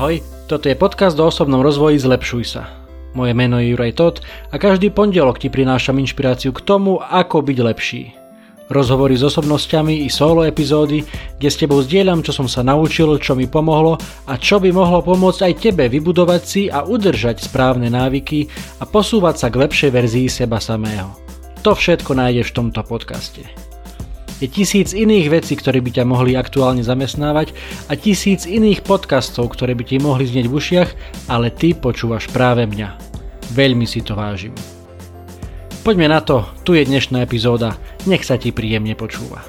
Ahoj, toto je podcast o osobnom rozvoji Zlepšuj sa. Moje meno je Juraj Todt a každý pondelok ti prinášam inšpiráciu k tomu, ako byť lepší. Rozhovory s osobnosťami i solo epizódy, kde s tebou zdieľam, čo som sa naučil, čo mi pomohlo a čo by mohlo pomôcť aj tebe vybudovať si a udržať správne návyky a posúvať sa k lepšej verzii seba samého. To všetko nájdeš v tomto podcaste. Je 1000 iných vecí, ktoré by ťa mohli aktuálne zamestnávať a 1000 iných podcastov, ktoré by ti mohli znieť v ušiach, ale ty počúvaš práve mňa. Veľmi si to vážim. Poďme na to, tu je dnešná epizóda, nech sa ti príjemne počúva.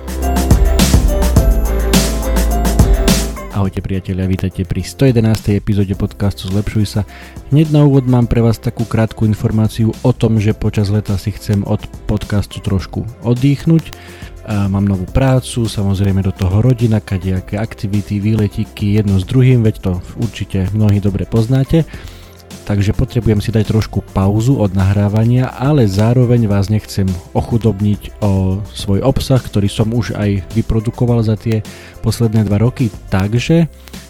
Ahojte priatelia, vítajte pri 111. epizóde podcastu Zlepšuj sa. Hneď na úvod mám pre vás takú krátku informáciu o tom, že počas leta si chcem od podcastu trošku oddychnúť. Mám novú prácu, samozrejme do toho rodina, kadejaké aktivity, výletíky, jedno s druhým, veď to určite mnohí dobre poznáte. Takže potrebujem si dať trošku pauzu od nahrávania, ale zároveň vás nechcem ochudobniť o svoj obsah, ktorý som už aj vyprodukoval za tie posledné 2 roky. Takže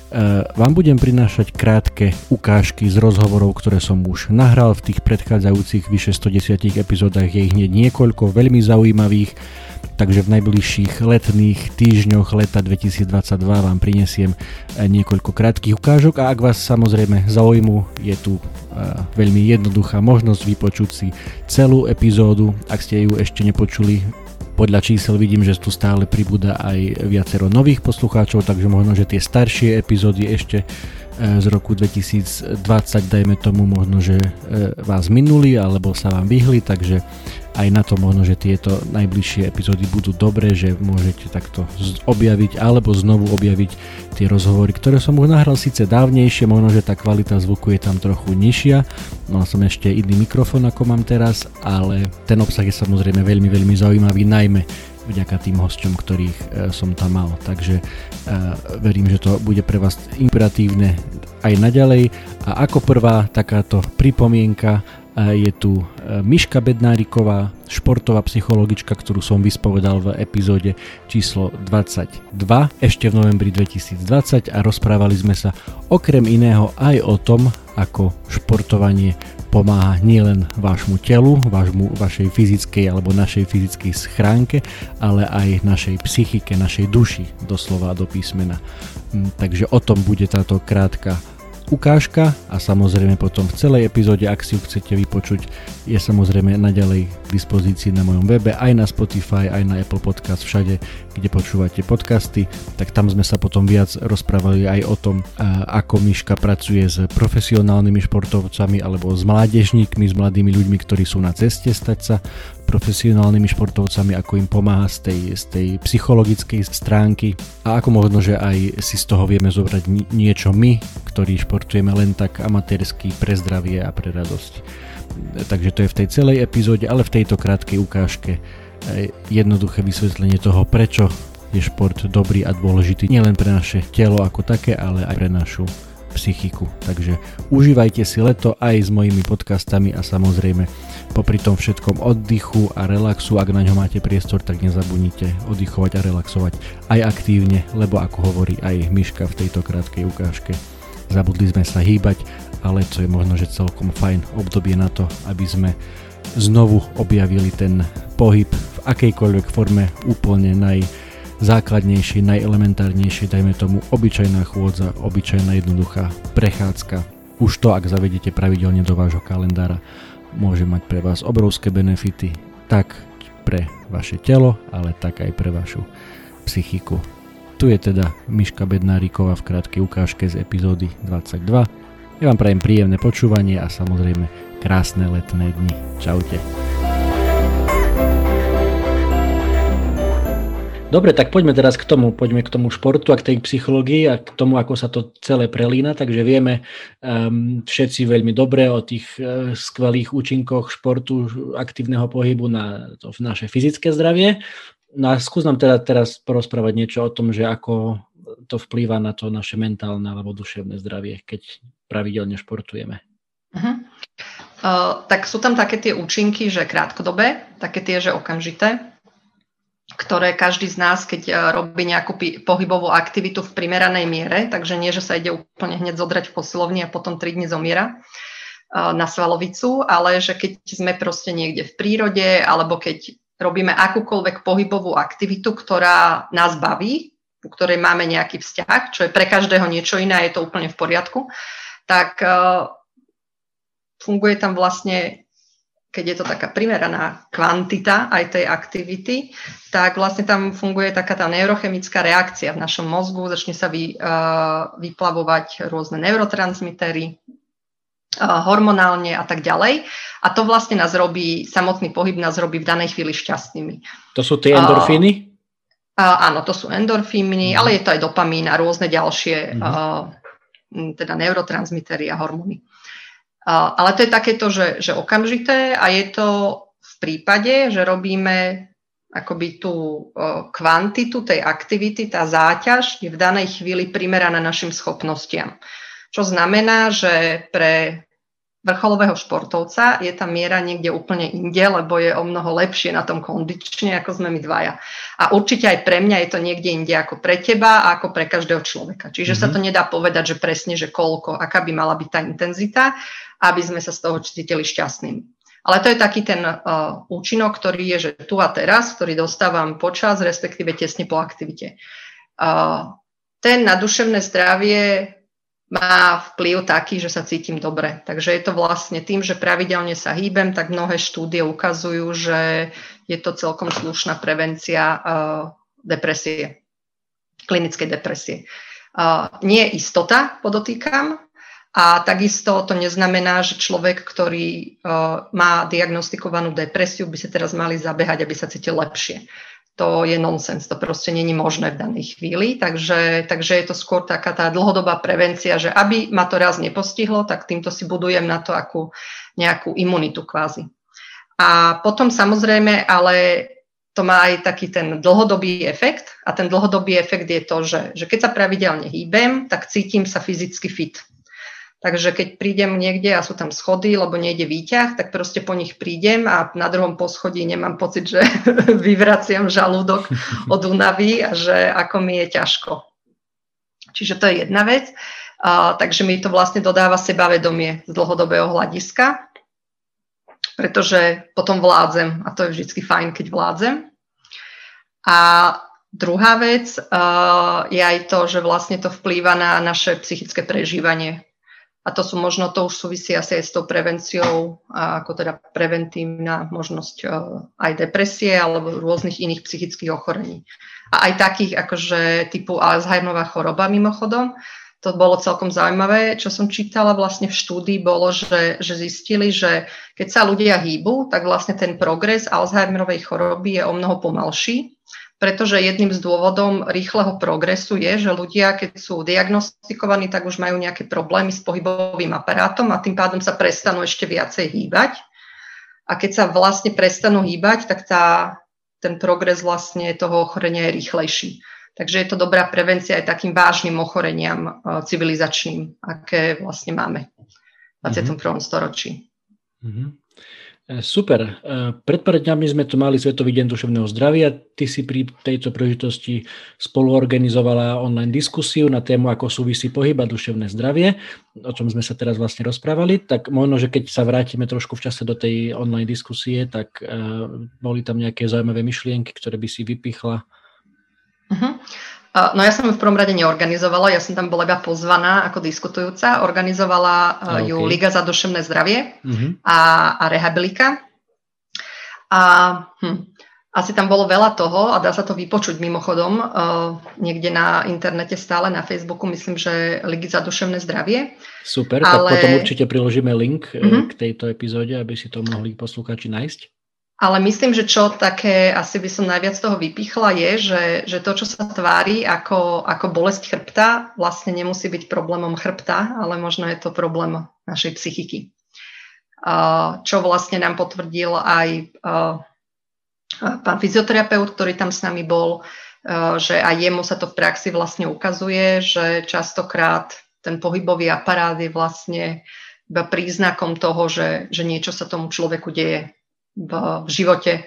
vám budem prinášať krátke ukážky z rozhovorov, ktoré som už nahral v tých predchádzajúcich vyše 110 epizódach. Je ich hneď niekoľko veľmi zaujímavých. Takže v najbližších letných týždňoch leta 2022 vám prinesiem niekoľko krátkych ukážok a ak vás samozrejme zaujímu, je tu veľmi jednoduchá možnosť vypočuť si celú epizódu. Ak ste ju ešte nepočuli, podľa čísel vidím, že tu stále pribúda aj viacero nových poslucháčov, takže možno, že tie staršie epizódy ešte z roku 2020, dajme tomu, možno, že vás minuli alebo sa vám vyhli, takže aj na to možno, že tieto najbližšie epizódy budú dobré, že môžete takto objaviť alebo znovu objaviť tie rozhovory, ktoré som už nahral síce dávnejšie, možno, že tá kvalita zvuku je tam trochu nižšia, mal som ešte iný mikrofón ako mám teraz, ale ten obsah je samozrejme veľmi, veľmi zaujímavý, najmä vďaka tým hosťom, ktorých som tam mal, takže verím, že to bude pre vás inšpiratívne aj naďalej. A ako prvá takáto pripomienka je tu Miška Bednáriková, športová psychologička, ktorú som vyspovedal v epizóde číslo 22 ešte v novembri 2020 a rozprávali sme sa okrem iného aj o tom, ako športovanie pomáha nielen vášmu telu, vašej fyzickej alebo našej fyzickej schránke, ale aj našej psychike, našej duši, doslova do písmena. Takže o tom bude táto krátka ukážka a samozrejme potom v celej epizóde, ak si ju chcete vypočuť, je samozrejme naďalej k dispozícii na mojom webe, aj na Spotify, aj na Apple Podcast, všade, kde počúvate podcasty, tak tam sme sa potom viac rozprávali aj o tom, ako Miška pracuje s profesionálnymi športovcami alebo s mládežníkmi, s mladými ľuďmi, ktorí sú na ceste stať sa profesionálnymi športovcami, ako im pomáha z tej psychologickej stránky a ako možno, že aj si z toho vieme zobrať niečo my, ktorí športujeme len tak amatérsky pre zdravie a pre radosť. Takže to je v tej celej epizóde, ale v tejto krátkej ukážke jednoduché vysvetlenie toho, prečo je šport dobrý a dôležitý nielen pre naše telo ako také, ale aj pre našu psychiku. Takže užívajte si leto aj s mojimi podcastami a samozrejme popri tom všetkom oddychu a relaxu, ak na ňo máte priestor, tak nezabudnite oddychovať a relaxovať aj aktívne, lebo ako hovorí aj Miška v tejto krátkej ukážke, zabudli sme sa hýbať, ale to je možno, že celkom fajn obdobie na to, aby sme znovu objavili ten pohyb v akejkoľvek forme, úplne najzákladnejšie, najelementárnejšie, dajme tomu obyčajná chôdza, obyčajná jednoduchá prechádzka. Už to, ak zavedete pravidelne do vášho kalendára, môže mať pre vás obrovské benefity, tak pre vaše telo, ale tak aj pre vašu psychiku. Tu je teda Miška Bednáriková v krátkej ukážke z epizódy 22. Ja vám prajem príjemné počúvanie a samozrejme krásne letné dni. Čaute. Dobre, tak poďme teraz k tomu športu a k tej psychológii a k tomu, ako sa to celé prelína. Takže vieme všetci veľmi dobre o tých skvelých účinkoch športu, aktívneho pohybu na naše fyzické zdravie. No a skús nám teda teraz porozprávať niečo o tom, že ako to vplýva na to naše mentálne alebo duševné zdravie, keď pravidelne športujeme. Tak sú tam také tie účinky, že krátkodobé, také tie, že okamžité. ktoré každý z nás, keď robí nejakú pohybovú aktivitu v primeranej miere, takže nie, že sa ide úplne hneď zodrať v posilovni a potom 3 dni zomiera na svalovicu, ale že keď sme proste niekde v prírode alebo keď robíme akúkoľvek pohybovú aktivitu, ktorá nás baví, u ktorej máme nejaký vzťah, čo je pre každého niečo iné, je to úplne v poriadku, tak funguje tam vlastne, keď je to taká primeraná kvantita aj tej aktivity, tak vlastne tam funguje taká tá neurochemická reakcia v našom mozgu, začne sa vyplavovať rôzne neurotransmitery, hormonálne a tak ďalej. A to vlastne nás robí, samotný pohyb nás robí v danej chvíli šťastnými. To sú tie endorfíny? Áno, to sú endorfíny, ale je to aj dopamín a rôzne ďalšie teda neurotransmitery a hormóny. Ale to je takéto, že okamžité a je to v prípade, že robíme akoby tú kvantitu tej aktivity, tá záťaž je v danej chvíli primeraná našim schopnostiam. Čo znamená, že pre vrcholového športovca je tá miera niekde úplne inde, lebo je o mnoho lepšie na tom kondične, ako sme my dvaja. A určite aj pre mňa je to niekde inde ako pre teba a ako pre každého človeka. Čiže sa to nedá povedať, že presne, že koľko, aká by mala byť tá intenzita, aby sme sa z toho cítili šťastnými. Ale to je taký ten účinok, ktorý je, že tu a teraz, ktorý dostávam počas, respektíve tesne po aktivite. Ten na duševné zdravie má vplyv taký, že sa cítim dobre. Takže je to vlastne tým, že pravidelne sa hýbem, tak mnohé štúdie ukazujú, že je to celkom slušná prevencia depresie, klinickej depresie. Nie je istota, podotýkam, a takisto to neznamená, že človek, ktorý má diagnostikovanú depresiu, by sa teraz mali zabehať, aby sa cítil lepšie. To je nonsens, to proste nie je možné v danej chvíli, takže je to skôr taká tá dlhodobá prevencia, že aby ma to raz nepostihlo, tak týmto si budujem na to nejakú imunitu kvázi. A potom samozrejme, ale to má aj taký ten dlhodobý efekt a ten dlhodobý efekt je to, že keď sa pravidelne hýbem, tak cítim sa fyzicky fit. Takže keď prídem niekde a sú tam schody, lebo nejde výťah, tak proste po nich prídem a na druhom poschodí nemám pocit, že vyvraciam žalúdok od únavy a že ako mi je ťažko. Čiže to je jedna vec. Takže mi to vlastne dodáva sebavedomie z dlhodobého hľadiska, pretože potom vládzem a to je vždycky fajn, keď vládzem. A druhá vec je aj to, že vlastne to vplýva na naše psychické prežívanie. A to už súvisí asi aj s tou prevenciou, ako teda preventívna možnosť aj depresie alebo rôznych iných psychických ochorení. A aj takých akože typu Alzheimerová choroba mimochodom. To bolo celkom zaujímavé, čo som čítala vlastne v štúdii, bolo, že zistili, že keď sa ľudia hýbu, tak vlastne ten progres Alzheimerovej choroby je o mnoho pomalší, pretože jedným z dôvodov rýchleho progresu je, že ľudia, keď sú diagnostikovaní, tak už majú nejaké problémy s pohybovým aparátom a tým pádom sa prestanú ešte viacej hýbať. A keď sa vlastne prestanú hýbať, tak ten progres vlastne toho ochorenia je rýchlejší. Takže je to dobrá prevencia aj takým vážnym ochoreniam civilizačným, aké vlastne máme v 21. storočí. Super. Pred pár dňami sme tu mali Svetový deň duševného zdravia. Ty si pri tejto príležitosti spoluorganizovala online diskusiu na tému, ako súvisí pohyb a duševné zdravie, o čom sme sa teraz vlastne rozprávali. Tak možno, že keď sa vrátime trošku v čase do tej online diskusie, tak boli tam nejaké zaujímavé myšlienky, ktoré by si vypichla? No ja som ju v prvom rade neorganizovala, ja som tam bola iba pozvaná ako diskutujúca. Organizovala ju Liga za duševné zdravie a Rehabilika. A asi tam bolo veľa toho a dá sa to vypočuť mimochodom niekde na internete stále, na Facebooku, myslím, že Ligy za duševné zdravie. Super, tak potom určite priložíme link k tejto epizóde, aby si to mohli poslucháči nájsť. Ale myslím, že čo také asi by som najviac toho vypichla je, že to, čo sa tvári ako bolesť chrbta, vlastne nemusí byť problémom chrbta, ale možno je to problém našej psychiky. Čo vlastne nám potvrdil aj pán fyzioterapeut, ktorý tam s nami bol, že aj jemu sa to v praxi vlastne ukazuje, že častokrát ten pohybový aparát je vlastne iba príznakom toho, že niečo sa tomu človeku deje v živote,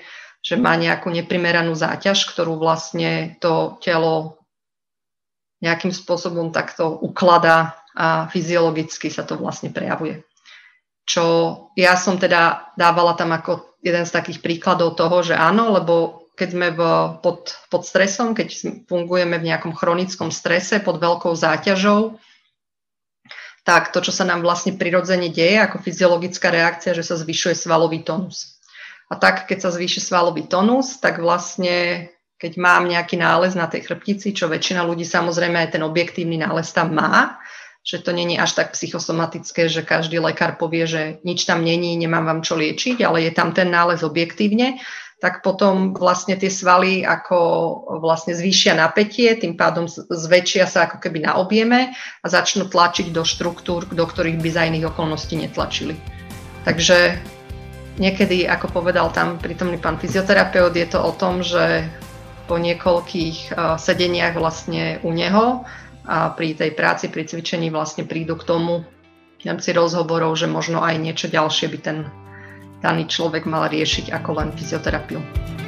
že má nejakú neprimeranú záťaž, ktorú vlastne to telo nejakým spôsobom takto ukladá a fyziologicky sa to vlastne prejavuje. Čo ja som teda dávala tam ako jeden z takých príkladov toho, že áno, lebo keď sme pod stresom, keď fungujeme v nejakom chronickom strese pod veľkou záťažou, tak to, čo sa nám vlastne prirodzene deje ako fyziologická reakcia, že sa zvyšuje svalový tonus. A tak, keď sa zvýši svalový tonus, tak vlastne, keď mám nejaký nález na tej chrbtici, čo väčšina ľudí samozrejme aj ten objektívny nález tam má, že to není až tak psychosomatické, že každý lekár povie, že nič tam není, nemám vám čo liečiť, ale je tam ten nález objektívne, tak potom vlastne tie svaly ako vlastne zvýšia napätie, tým pádom zväčšia sa ako keby na objeme a začnú tlačiť do štruktúr, do ktorých by za iných okolností netlačili. Takže niekedy, ako povedal tam prítomný pán fyzioterapeut, je to o tom, že po niekoľkých sedeniach vlastne u neho a pri tej práci, pri cvičení vlastne prídu k tomu v rámci rozhovorov, že možno aj niečo ďalšie by ten daný človek mal riešiť ako len fyzioterapiu.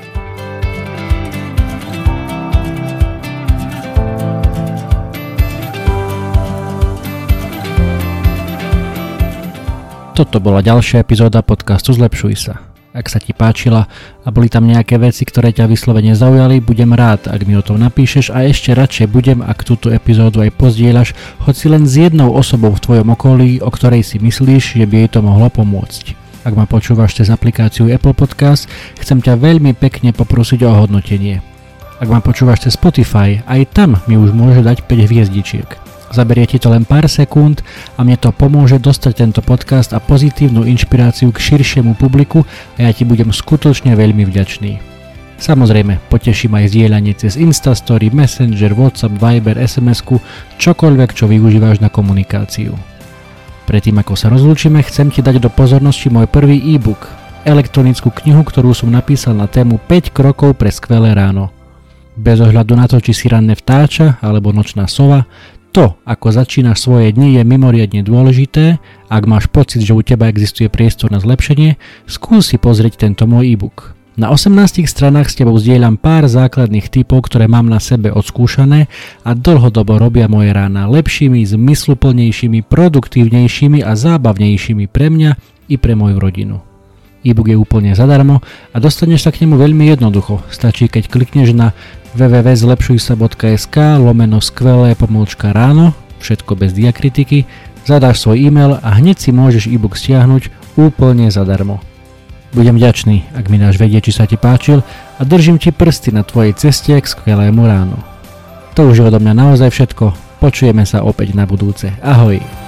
Toto bola ďalšia epizóda podcastu Zlepšuj sa. Ak sa ti páčila a boli tam nejaké veci, ktoré ťa vyslovene zaujali, budem rád, ak mi o tom napíšeš a ešte radšej budem, ak túto epizódu aj pozdieľaš, hoci len s jednou osobou v tvojom okolí, o ktorej si myslíš, že by jej to mohlo pomôcť. Ak ma počúvaš cez aplikáciu Apple Podcast, chcem ťa veľmi pekne poprosiť o hodnotenie. Ak ma počúvaš cez Spotify, aj tam mi už môže dať 5 hviezdičiek. Zaberie ti to len pár sekúnd a mne to pomôže dostať tento podcast a pozitívnu inšpiráciu k širšiemu publiku a ja ti budem skutočne veľmi vďačný. Samozrejme, poteším aj zdieľanie cez Instastory, Messenger, WhatsApp, Viber, SMS-ku, čokoľvek, čo využívaš na komunikáciu. Predtým ako sa rozlúčime, chcem ti dať do pozornosti môj prvý e-book, elektronickú knihu, ktorú som napísal na tému 5 krokov pre skvelé ráno. Bez ohľadu na to, či si ranné vtáča alebo nočná sova, to, ako začínaš svoje dni, je mimoriadne dôležité. Ak máš pocit, že u teba existuje priestor na zlepšenie, skús si pozrieť tento môj e-book. Na 18 stranách s tebou zdieľam pár základných tipov, ktoré mám na sebe odskúšané a dlhodobo robia moje rána lepšími, zmysluplnejšími, produktívnejšími a zábavnejšími pre mňa i pre moju rodinu. E-book je úplne zadarmo a dostaneš sa k nemu veľmi jednoducho. Stačí, keď klikneš na www.zlepšujsa.sk/skvelé-ráno, všetko bez diakritiky, zadáš svoj e-mail a hneď si môžeš e-book stiahnuť úplne zadarmo. Budem vďačný, ak mi dáš vedieť, či sa ti páčil a držím ti prsty na tvojej ceste k skvelému ránu. To už je odo mňa naozaj všetko, počujeme sa opäť na budúce. Ahoj!